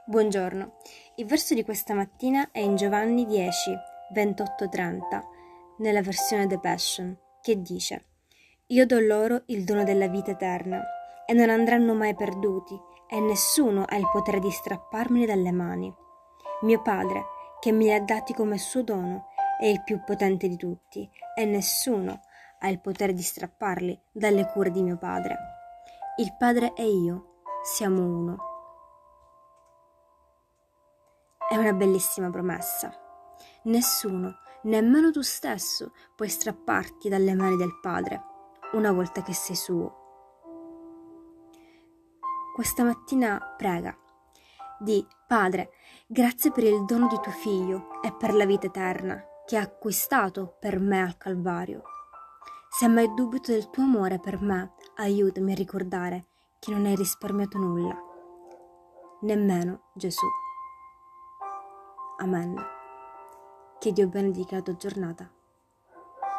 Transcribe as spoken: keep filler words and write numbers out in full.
Buongiorno, il verso di questa mattina è in Giovanni dieci, ventotto trenta, nella versione The Passion, che dice: Io do loro il dono della vita eterna, e non andranno mai perduti, e nessuno ha il potere di strapparmeli dalle mani. Mio Padre, che me li ha dati come suo dono, è il più potente di tutti, e nessuno ha il potere di strapparli dalle cure di mio Padre. Il Padre e io siamo uno. È una bellissima promessa. Nessuno, nemmeno tu stesso, puoi strapparti dalle mani del Padre una volta che sei suo. Questa mattina prega. Di: Padre, grazie per il dono di tuo Figlio e per la vita eterna che ha acquistato per me al Calvario. Se mai dubito del tuo amore per me, aiutami a ricordare che non hai risparmiato nulla, nemmeno Gesù. Amen. Che Dio benedica la tua giornata.